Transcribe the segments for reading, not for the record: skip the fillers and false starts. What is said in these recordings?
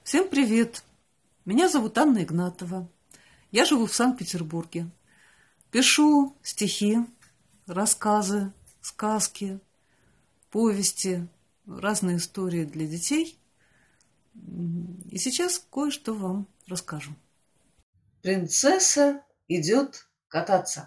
Всем привет! Меня зовут Анна Игнатова. Я живу в Санкт-Петербурге. Пишу стихи, рассказы, сказки, повести, разные истории для детей. И сейчас кое-что вам расскажу. Принцесса идет кататься.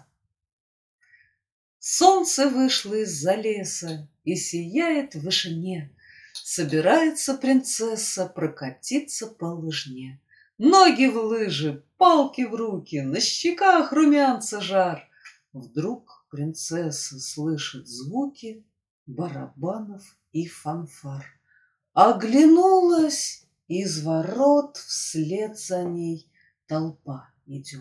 Солнце вышло из-за леса и сияет в вышине. Собирается принцесса прокатиться по лыжне. Ноги в лыжи, палки в руки, на щеках румянца жар. Вдруг принцесса слышит звуки барабанов и фанфар. Оглянулась, из ворот вслед за ней толпа идет.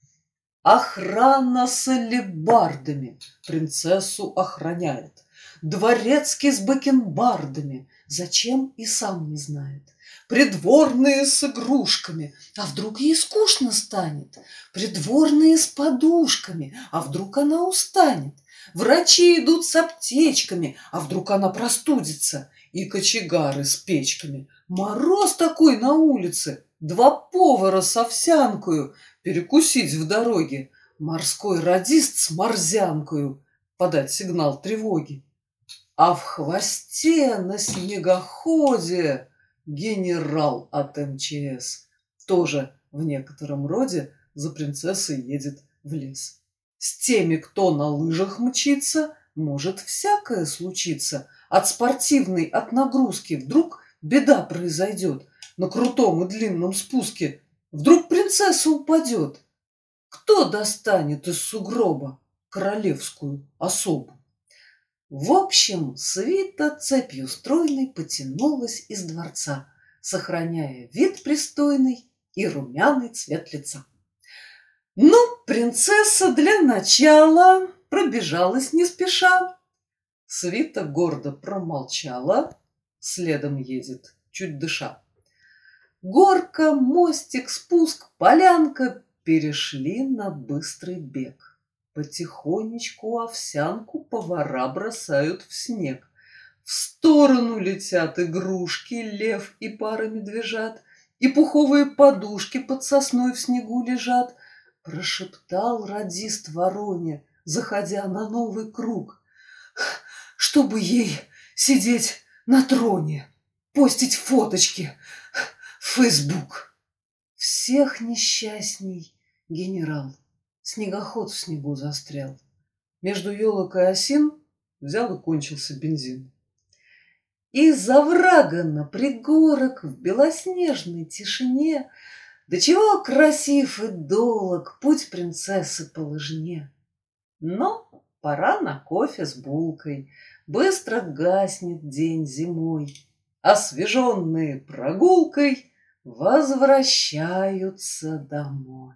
Охрана с алебардами принцессу охраняет. Дворецкий с бакенбардами, зачем и сам не знает. Придворные с игрушками, а вдруг ей скучно станет. Придворные с подушками, а вдруг она устанет. Врачи идут с аптечками, а вдруг она простудится. И кочегары с печками. Мороз такой на улице, 2 повара с овсянкою перекусить в дороге, морской радист с морзянкою подать сигнал тревоги. А в хвосте на снегоходе генерал от МЧС тоже в некотором роде за принцессой едет в лес. С теми, кто на лыжах мчится, может всякое случиться. От спортивной, от нагрузки вдруг беда произойдет. На крутом и длинном спуске вдруг принцесса упадет. Кто достанет из сугроба королевскую особу? В общем, свита цепью стройной потянулась из дворца, сохраняя вид пристойный и румяный цвет лица. Ну, принцесса для начала пробежалась не спеша. Свита гордо промолчала, следом едет, чуть дыша. Горка, мостик, спуск, полянка перешли на быстрый бег. Потихонечку овсянку повара бросают в снег. В сторону летят игрушки, лев и пара медвежат, и пуховые подушки под сосной в снегу лежат. Прошептал радист вороне, заходя на новый круг, чтобы ей сидеть на троне, постить фоточки в Фейсбук. Всех несчастней генерал. Снегоход в снегу застрял. Между елок и осин взял и кончился бензин. Из оврага на пригорок в белоснежной тишине до чего красив и долог путь принцессы по лыжне. Но пора на кофе с булкой. Быстро гаснет день зимой. Освеженные прогулкой возвращаются домой.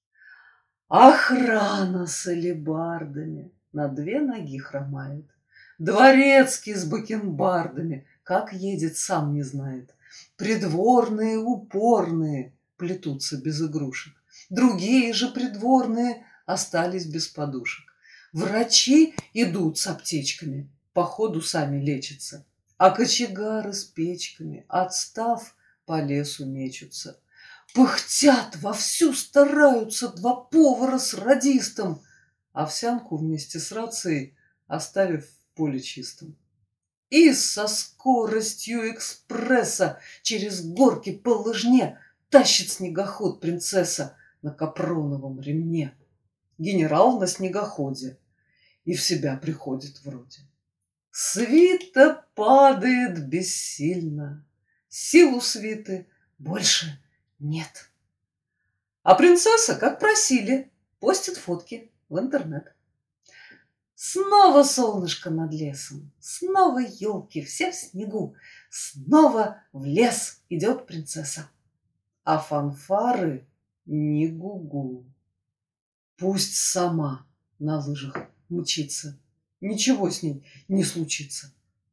Охрана с алебардами на 2 ноги хромает. Дворецкий с бакенбардами, как едет, сам не знает. Придворные упорные плетутся без игрушек. Другие же придворные остались без подушек. Врачи идут с аптечками, по ходу сами лечатся. А кочегары с печками, отстав, по лесу мечутся. Пыхтят, вовсю стараются 2 повара с радистом, овсянку вместе с рацией оставив в поле чистом. И со скоростью экспресса через горки по лыжне тащит снегоход принцесса на капроновом ремне. Генерал на снегоходе и в себя приходит вроде. Свита падает бессильно, сил у свиты больше нет. А принцесса, как просили, постит фотки в интернет. Снова солнышко над лесом, снова елки, все в снегу, снова в лес идет принцесса. А фанфары не гугу. Пусть сама на лыжах мчится, ничего с ней не случится.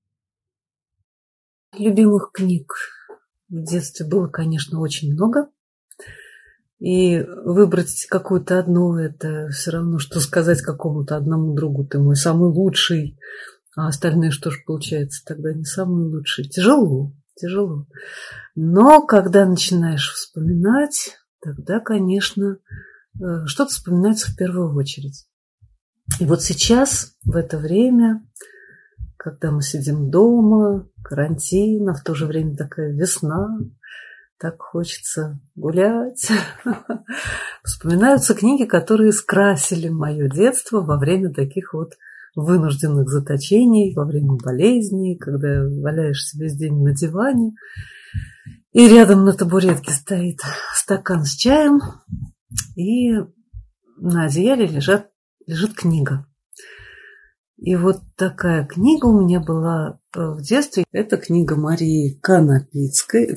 Любимых книг в детстве было, конечно, очень много. И выбрать какую-то одну, это все равно, что сказать какому-то одному другу: ты мой самый лучший, а остальные что ж получается тогда не самые лучшие. Тяжело. тяжело. Но когда начинаешь вспоминать, тогда, конечно, что-то вспоминается в первую очередь. И вот сейчас, в это время, когда мы сидим дома, карантин, а в то же время такая весна, так хочется гулять. Вспоминаются книги, которые скрасили мое детство во время таких вот вынужденных заточений, во время болезней, когда валяешься весь день на диване, и рядом на табуретке стоит стакан с чаем, и на одеяле лежит книга. И вот такая книга у меня была в детстве. Это книга Марии Конопницкой,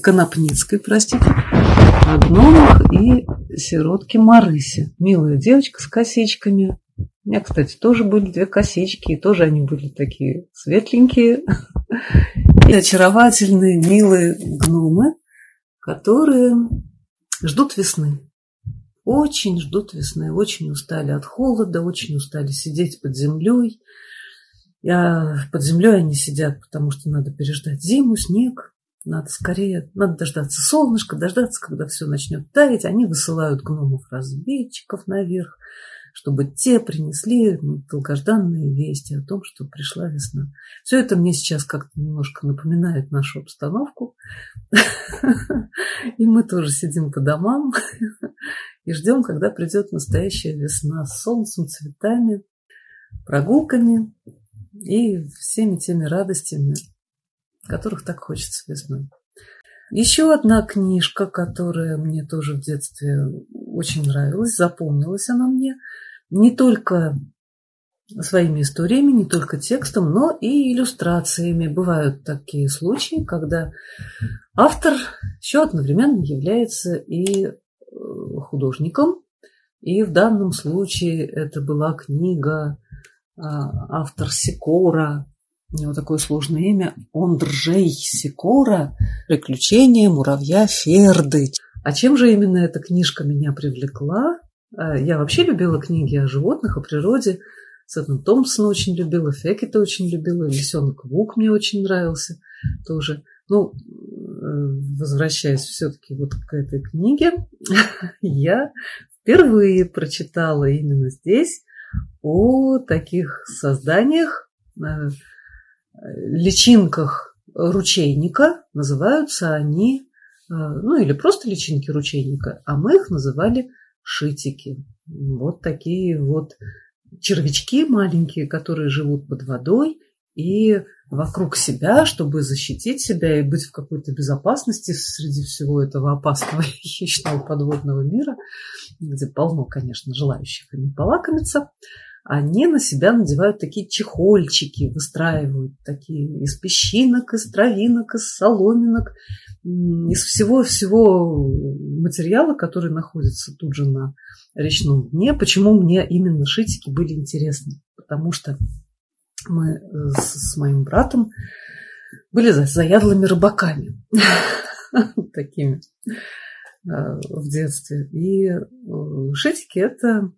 о гномах и сиротке Марысе. Милая девочка с косичками. У меня, кстати, тоже были 2 косички, и тоже они были такие светленькие. И очаровательные, милые гномы, которые ждут весны. Очень ждут весны, очень устали от холода, очень устали сидеть под землей. Под землей они сидят, потому что надо переждать зиму, снег. Надо дождаться солнышка, дождаться, когда все начнет таять. Они высылают гномов-разведчиков наверх, чтобы те принесли долгожданные вести о том, что пришла весна. Все это мне сейчас как-то немножко напоминает нашу обстановку. И мы тоже сидим по домам и ждем, когда придет настоящая весна с солнцем, цветами, прогулками и всеми теми радостями, которых так хочется весной. Еще одна книжка, которая мне тоже в детстве очень нравилась, запомнилась она мне не только своими историями, не только текстом, но и иллюстрациями. Бывают такие случаи, когда автор еще одновременно является и художником. И в данном случае это была книга автор Сикора. У него такое сложное имя. Ондржей Сикора. «Приключения муравья Ферды». А чем же именно эта книжка меня привлекла? Я вообще любила книги о животных, о природе. Сэма Томпсона очень любила, Фекета очень любила, «Лисенок Вук» мне очень нравился тоже. Возвращаясь все-таки вот к этой книге, я впервые прочитала именно здесь о таких созданиях, личинках ручейника. Называются они, или просто личинки ручейника, а мы их называли шитики. Вот такие вот червячки маленькие, которые живут под водой и вокруг себя, чтобы защитить себя и быть в какой-то безопасности среди всего этого опасного хищного подводного мира, где полно, конечно, желающих ими полакомиться, они на себя надевают такие чехольчики, выстраивают такие из песчинок, из травинок, из соломинок, из всего-всего материала, который находится тут же на речном дне. Почему мне именно шитики были интересны? Потому что мы с моим братом были заядлыми рыбаками такими в детстве. И шитики – это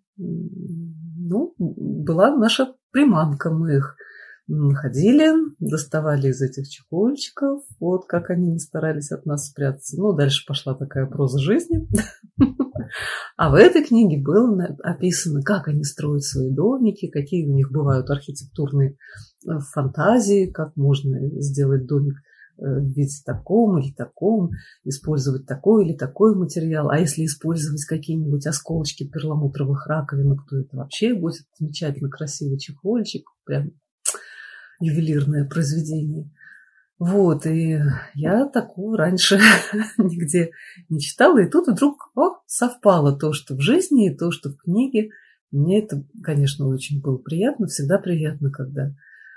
была наша приманка. Мы их находили, доставали из этих чехольчиков. Вот как они не старались от нас спрятаться. Дальше пошла такая проза жизни. А в этой книге было описано, как они строят свои домики, какие у них бывают архитектурные фантазии, как можно сделать домик в виде таком или таком, использовать такой или такой материал. А если использовать какие-нибудь осколочки перламутровых раковинок, то это вообще будет замечательно красивый чехольчик, прям ювелирное произведение. Вот, и я такого раньше нигде не читала. И тут вдруг совпало то, что в жизни, и то, что в книге. Мне это, конечно, очень было приятно. Всегда приятно, когда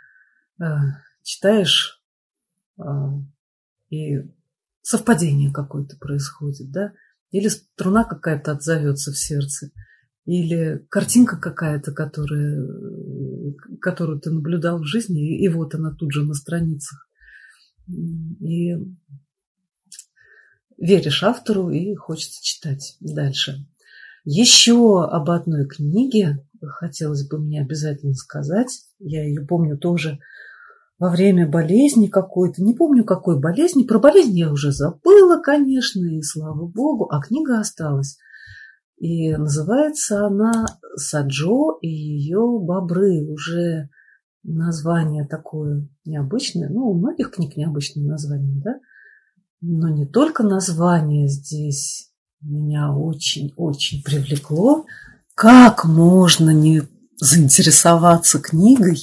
читаешь, и совпадение какое-то происходит, да? Или струна какая-то отзовется в сердце, или картинка какая-то, которую ты наблюдал в жизни, и вот она тут же на страницах. И веришь автору, и хочется читать дальше. Еще об одной книге хотелось бы мне обязательно сказать. Я ее помню тоже во время болезни какой-то, не помню какой болезни, про болезнь я уже забыла, конечно, и слава богу, а книга осталась. И называется она «Саджо и ее бобры». Уже название такое необычное. Ну, у многих книг необычное название, да? Но не только название здесь меня очень-очень привлекло. Как можно не заинтересоваться книгой,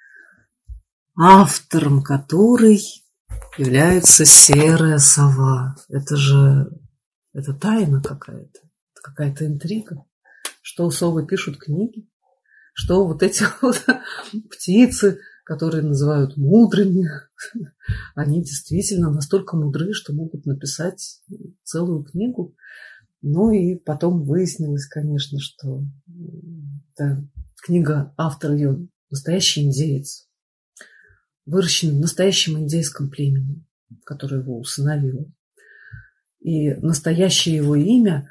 автором которой является серая сова? Это тайна какая-то. Какая-то интрига, что совы пишут книги, что вот эти вот птицы, которые называют мудрыми, они действительно настолько мудры, что могут написать целую книгу. Ну и потом выяснилось, конечно, что эта книга, автор ее настоящий индеец, выращен в настоящем индейском племени, которое его усыновило. И настоящее его имя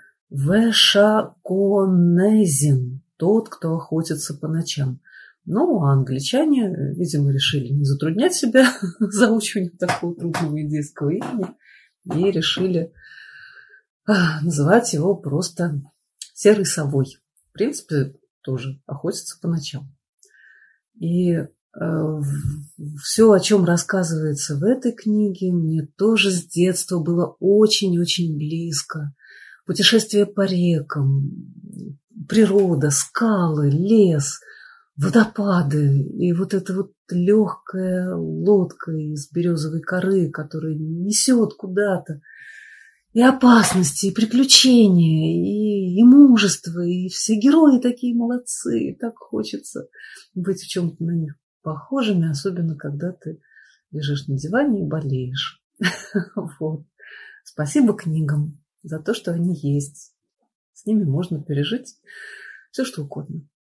Вешаконезин, тот, кто охотится по ночам. Ну, а англичане, видимо, решили не затруднять себя заучиванием такого трудного индейского имени и решили называть его просто серой совой. В принципе, тоже охотится по ночам. И все, о чем рассказывается в этой книге, мне тоже с детства было очень-очень близко. Путешествия по рекам, природа, скалы, лес, водопады и вот эта вот легкая лодка из березовой коры, которая несет куда-то и опасности, и приключения, и мужество, и все герои такие молодцы, и так хочется быть в чем-то на них похожими, особенно когда ты лежишь на диване и болеешь. Вот. Спасибо книгам за то, что они есть. С ними можно пережить все, что угодно.